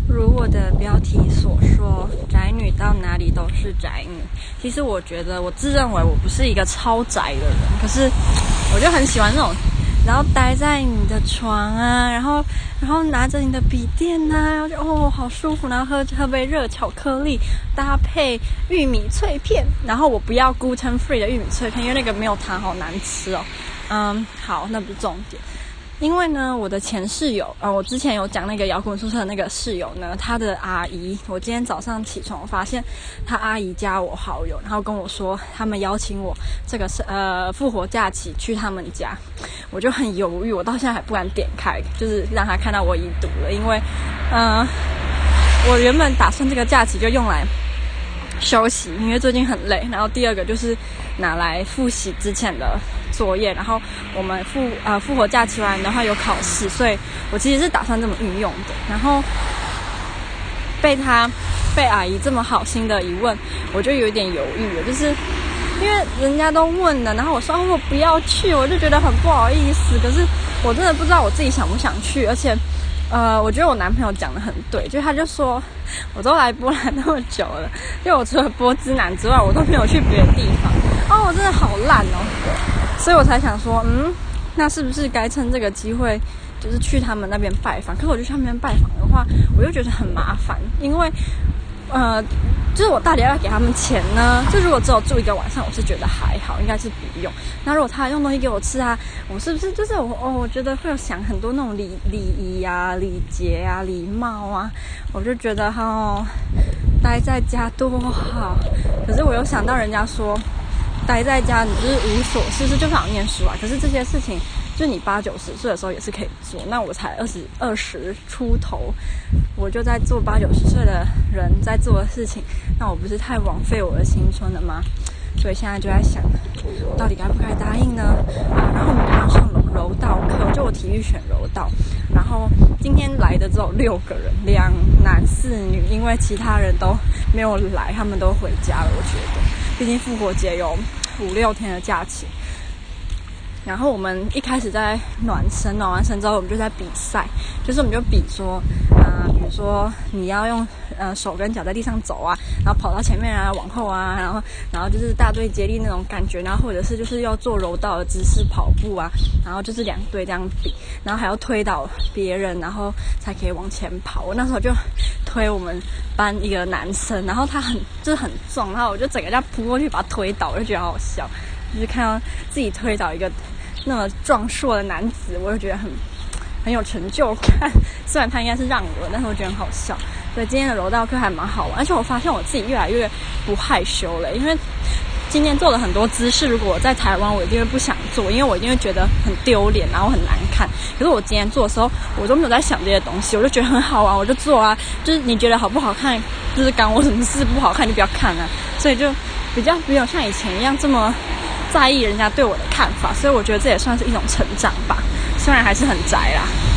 如我的标题所说，宅女到哪里都是宅女。其实我觉得，我自认为我不是一个超宅的人，可是我就很喜欢那种，然后待在你的床啊，然后拿着你的笔电啊，然后就好舒服，然后喝杯热巧克力，搭配玉米脆片，然后我不要 gluten free 的玉米脆片，因为那个没有糖，好难吃哦。好，那不是重点。因为呢，我的前室友，我之前有讲那个摇滚宿舍的那个室友呢，他的阿姨，我今天早上起床，我发现他阿姨加我好友，然后跟我说他们邀请我这个是复活假期去他们家，我就很犹豫，我到现在还不敢点开，就是让他看到我已读了，因为我原本打算这个假期就用来休息，因为最近很累，然后第二个就是拿来复习之前的作业，然后我们复活假期完的话有考试，所以我其实是打算这么运用的。然后被阿姨这么好心的一问，我就有一点犹豫了，就是因为人家都问了，然后我说我不要去，我就觉得很不好意思。可是我真的不知道我自己想不想去，而且我觉得我男朋友讲得很对，就他就说我都来波兰那么久了，就我除了波兹南之外，我都没有去别的地方。我真的好烂哦，所以我才想说，那是不是该趁这个机会，就是去他们那边拜访？可是我去他们那边拜访的话，我又觉得很麻烦，因为就是我到底要不要给他们钱呢？就如果只有住一个晚上，我是觉得还好，应该是不用。那如果他用东西给我吃啊，我是不是就是我觉得会有想很多那种礼仪啊、礼节啊、礼貌啊，我就觉得待在家多好。可是我又想到人家说，待在家你就是无所事事，就想念书啊。可是这些事情，就你80、90岁的时候也是可以做。那我才20出头，我就在做80、90岁的人在做的事情，那我不是太枉费我的青春了吗？所以现在就在想，我到底该不该答应呢？然后我们刚刚上柔道课，就我体育选柔道，然后今天来的只有6个人，2男4女，因为其他人都没有来，他们都回家了。我觉得，毕竟复活节有5、6天的假期。然后我们一开始在暖完身之后，我们就在比赛，就是我们就比说，比如说你要用手跟脚在地上走啊，然后跑到前面啊，往后啊，然后就是大队接力那种感觉，然后或者是就是要做柔道的姿势跑步啊，然后就是2队这样比，然后还要推倒别人，然后才可以往前跑。我那时候就推我们班一个男生，然后他很壮，然后我就整个这样扑过去把他推倒，我就觉得好好笑。就是看到自己推倒一个那么壮硕的男子，我就觉得很有成就感。虽然他应该是让我，但是我觉得很好笑。所以今天的柔道课还蛮好玩，而且我发现我自己越来越不害羞了，因为今天做了很多姿势，如果我在台湾我一定会不想做，因为我一定会觉得很丢脸，然后很难看。可是我今天做的时候，我都没有在想这些东西，我就觉得很好玩，我就做啊。就是你觉得好不好看，就是干我什么事不好看就不要看啊。所以就比较没有像以前一样这么在意人家对我的看法，所以我觉得这也算是一种成长吧，虽然还是很宅啦。